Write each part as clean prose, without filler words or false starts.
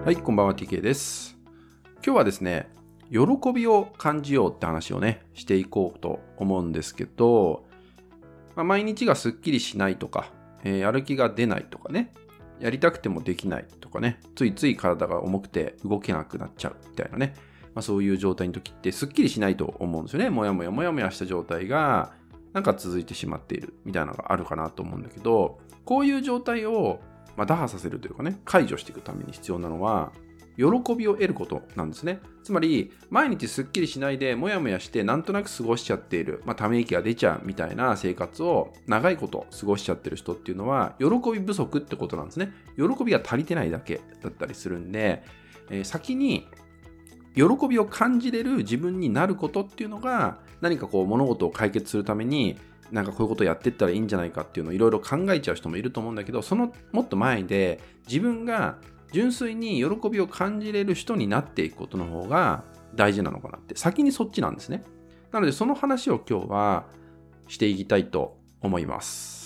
はい、こんばんは TK です。今日はですね、喜びを感じようって話をね、していこうと思うんですけど、毎日がすっきりしないとか、やる気が出ないとかね、やりたくてもできないとかね、ついつい体が重くて動けなくなっちゃうみたいなね、そういう状態の時ってすっきりしないと思うんですよね。もやもやもやもやした状態がなんか続いてしまっているみたいなのがあるかなと思うんだけど、こういう状態を打破させるというかね、解除していくために必要なのは、喜びを得ることなんですね。つまり、毎日すっきりしないで、もやもやしてなんとなく過ごしちゃっている、ため息が出ちゃうみたいな生活を長いこと過ごしちゃってる人っていうのは、喜び不足ってことなんですね。喜びが足りてないだけだったりするんで、先に喜びを感じれる自分になることっていうのが、何か物事を解決するために、なんかこういうことをやっていったらいいんじゃないかっていうのをいろいろ考えちゃう人もいると思うんだけど、そのもっと前で自分が純粋に喜びを感じれる人になっていくことの方が大事なのかなって、先にそっちなんですね。なのでその話を今日はしていきたいと思います。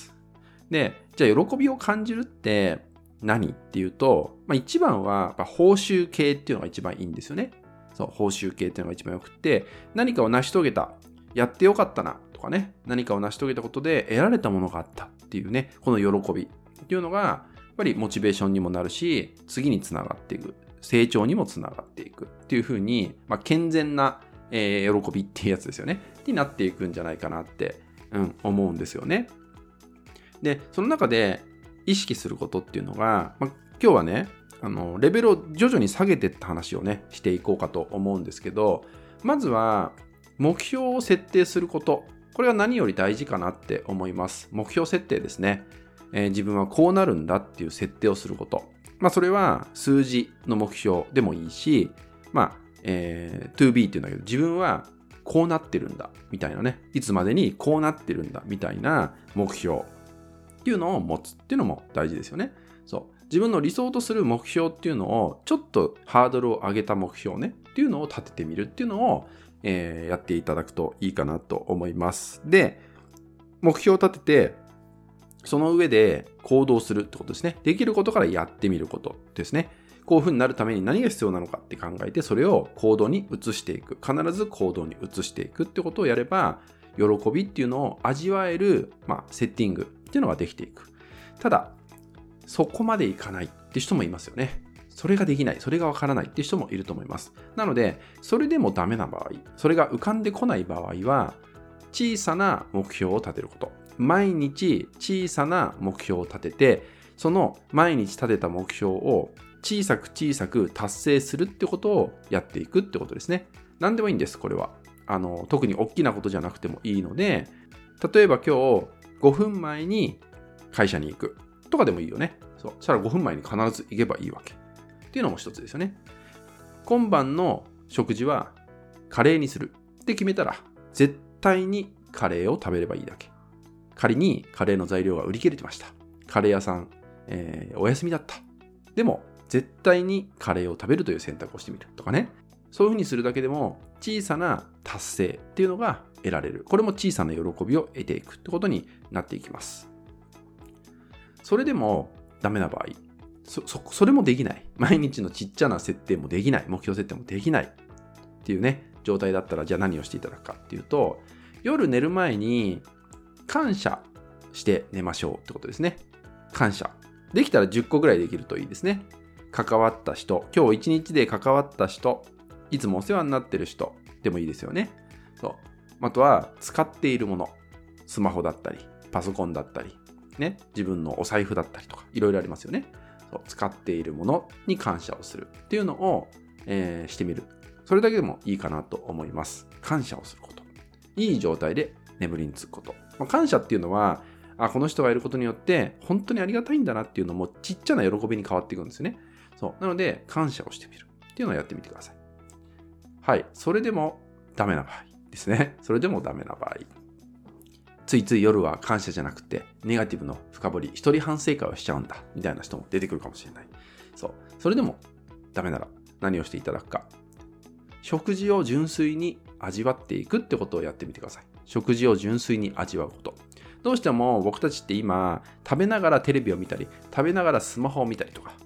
で、じゃあ喜びを感じるって何っていうと、一番は報酬系っていうのが一番いいんですよね。そう、報酬系っていうのが一番よくって、何かを成し遂げた、やってよかったなとかね、何かを成し遂げたことで得られたものがあったっていうね、この喜びっていうのがやっぱりモチベーションにもなるし、次につながっていく、成長にもつながっていくっていう風に、健全な、喜びっていうやつですよねになっていくんじゃないかなって、思うんですよね。で、その中で意識することっていうのが、今日はね、レベルを徐々に下げていった話をね、していこうかと思うんですけど、まずは目標を設定すること。これは何より大事かなって思います。目標設定ですね。自分はこうなるんだっていう設定をすること。それは数字の目標でもいいし、to be っていうんだけど、自分はこうなってるんだみたいなね、いつまでにこうなってるんだみたいな目標っていうのを持つっていうのも大事ですよね。そう。自分の理想とする目標っていうのを、ちょっとハードルを上げた目標ねっていうのを立ててみるっていうのを、やっていただくといいかなと思います。で、目標を立てて、その上で行動するってことですね。できることからやってみることですね。こういうふうになるために何が必要なのかって考えて、それを行動に移していく。必ず行動に移していくってことをやれば、喜びっていうのを味わえる、セッティングっていうのができていく。ただ、そこまでいかないって人もいますよね。それができない、それがわからないって人もいると思います。なので、それでもダメな場合、それが浮かんでこない場合は、小さな目標を立てること。毎日小さな目標を立てて、その毎日立てた目標を小さく小さく達成するってことをやっていくってことですね。何でもいいんです、これは。特に大きなことじゃなくてもいいので、例えば今日5分前に会社に行くとかでもいいよね。そう。そしたら5分前に必ず行けばいいわけ。っていうのも一つですよね。今晩の食事はカレーにするって決めたら、絶対にカレーを食べればいいだけ。仮にカレーの材料が売り切れてました。カレー屋さん、お休みだった。でも、絶対にカレーを食べるという選択をしてみるとかね。そういうふうにするだけでも、小さな達成っていうのが得られる。これも小さな喜びを得ていくってことになっていきます。それでもダメな場合、それもできない。毎日のちっちゃな設定もできない。目標設定もできないっていうね、状態だったら、じゃあ何をしていただくかっていうと、夜寝る前に感謝して寝ましょうってことですね。感謝。できたら10個ぐらいできるといいですね。関わった人、今日一日で関わった人、いつもお世話になってる人でもいいですよね。そう。あとは使っているもの、スマホだったり、パソコンだったり、ね、自分のお財布だったりとか、いろいろありますよね。そう、使っているものに感謝をするっていうのを、してみる。それだけでもいいかなと思います。感謝をすること。いい状態で眠りにつくこと。感謝っていうのは、この人がいることによって本当にありがたいんだなっていうのもちっちゃな喜びに変わっていくんですよね。そう。なので、感謝をしてみるっていうのをやってみてください。はい。それでもダメな場合ですね。それでもダメな場合。ついつい夜は感謝じゃなくて、ネガティブの深掘り、一人反省会をしちゃうんだ、みたいな人も出てくるかもしれない。そう。それでもダメなら何をしていただくか。食事を純粋に味わっていくってことをやってみてください。食事を純粋に味わうこと。どうしても僕たちって今、食べながらテレビを見たり、食べながらスマホを見たりとか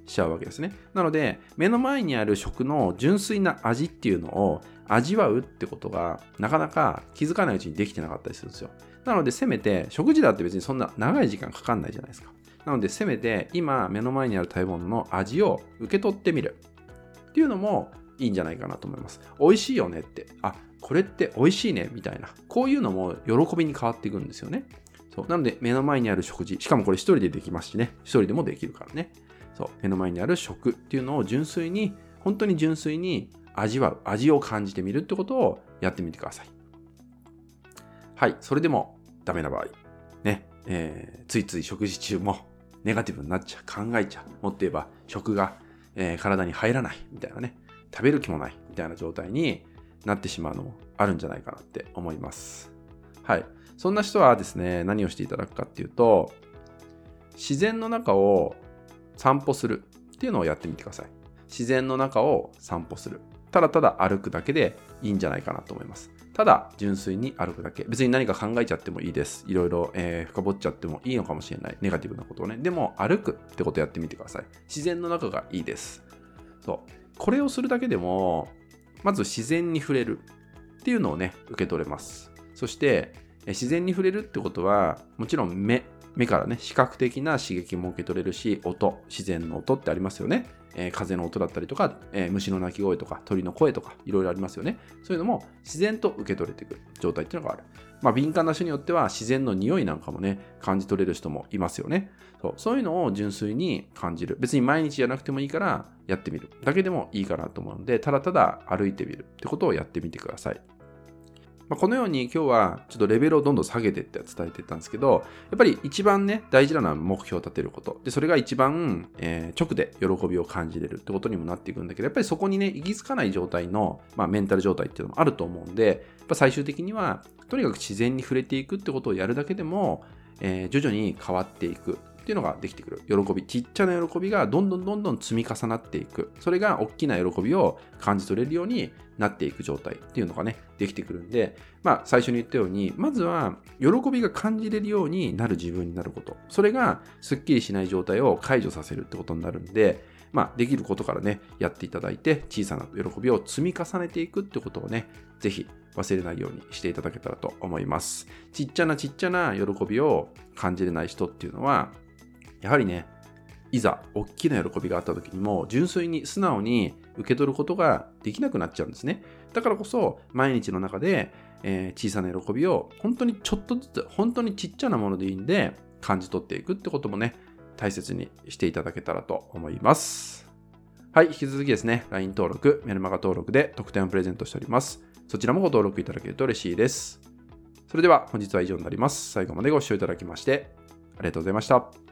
しちゃうわけですね。なので、目の前にある食の純粋な味っていうのを味わうってことがなかなか気づかないうちにできてなかったりするんですよ。なので、せめて食事だって別にそんな長い時間かかんないじゃないですか。なので、せめて今目の前にある食べ物の味を受け取ってみるっていうのもいいんじゃないかなと思います。美味しいよねって、これって美味しいねみたいな、こういうのも喜びに変わっていくんですよね。そうなので、目の前にある食事、しかもこれ一人でできますしね、一人でもできるからね。そう目の前にある食っていうのを純粋に、本当に純粋に味わう、味を感じてみるってことをやってみてください。はい、それでもダメな場合、ね、ついつい食事中もネガティブになっちゃう、考えちゃう、もっと言えば食が、体に入らないみたいなね、食べる気もないみたいな状態になってしまうのもあるんじゃないかなって思います。はい。そんな人はですね、何をしていただくかっていうと、自然の中を散歩するっていうのをやってみてください。自然の中を散歩する。ただただ歩くだけでいいんじゃないかなと思います。ただ純粋に歩くだけ。別に何か考えちゃってもいいです。いろいろ、深掘っちゃってもいいのかもしれない。ネガティブなことをね。でも歩くってことをやってみてください。自然の中がいいです。そう。これをするだけでも、まず自然に触れるっていうのをね、受け取れます。そして、自然に触れるってことは、もちろん目からね、視覚的な刺激も受け取れるし、音、自然の音ってありますよね。風の音だったりとか、虫の鳴き声とか、鳥の声とか、いろいろありますよね。そういうのも自然と受け取れてくる状態っていうのがある。敏感な人によっては自然の匂いなんかもね、感じ取れる人もいますよね。そういうのを純粋に感じる。別に毎日じゃなくてもいいからやってみるだけでもいいかなと思うので、ただただ歩いてみるってことをやってみてください。このように今日はちょっとレベルをどんどん下げてって伝えていったんですけど、やっぱり一番ね、大事なのは目標を立てること。で、それが一番、直で喜びを感じれるってことにもなっていくんだけど、やっぱりそこにね、行き着かない状態の、メンタル状態っていうのもあると思うんで、やっぱ最終的には、とにかく自然に触れていくってことをやるだけでも、徐々に変わっていくっていうのができてくる。喜び、ちっちゃな喜びがどんどん積み重なっていく。それが大きな喜びを感じ取れるようになっていく状態っていうのがね、できてくるんで、最初に言ったように、まずは喜びが感じれるようになる自分になること。それがスッキリしない状態を解除させるってことになるんで、できることからね、やっていただいて、小さな喜びを積み重ねていくってことをね、ぜひ忘れないようにしていただけたらと思います。ちっちゃな喜びを感じれない人っていうのは、やはりね、いざ大きな喜びがあった時にも純粋に素直に受け取ることができなくなっちゃうんですね。だからこそ毎日の中で、小さな喜びを本当にちょっとずつ、本当にちっちゃなものでいいんで感じ取っていくってこともね、大切にしていただけたらと思います。はい、引き続きですね、LINE 登録、メルマガ登録で特典をプレゼントしております。そちらもご登録いただけると嬉しいです。それでは本日は以上になります。最後までご視聴いただきましてありがとうございました。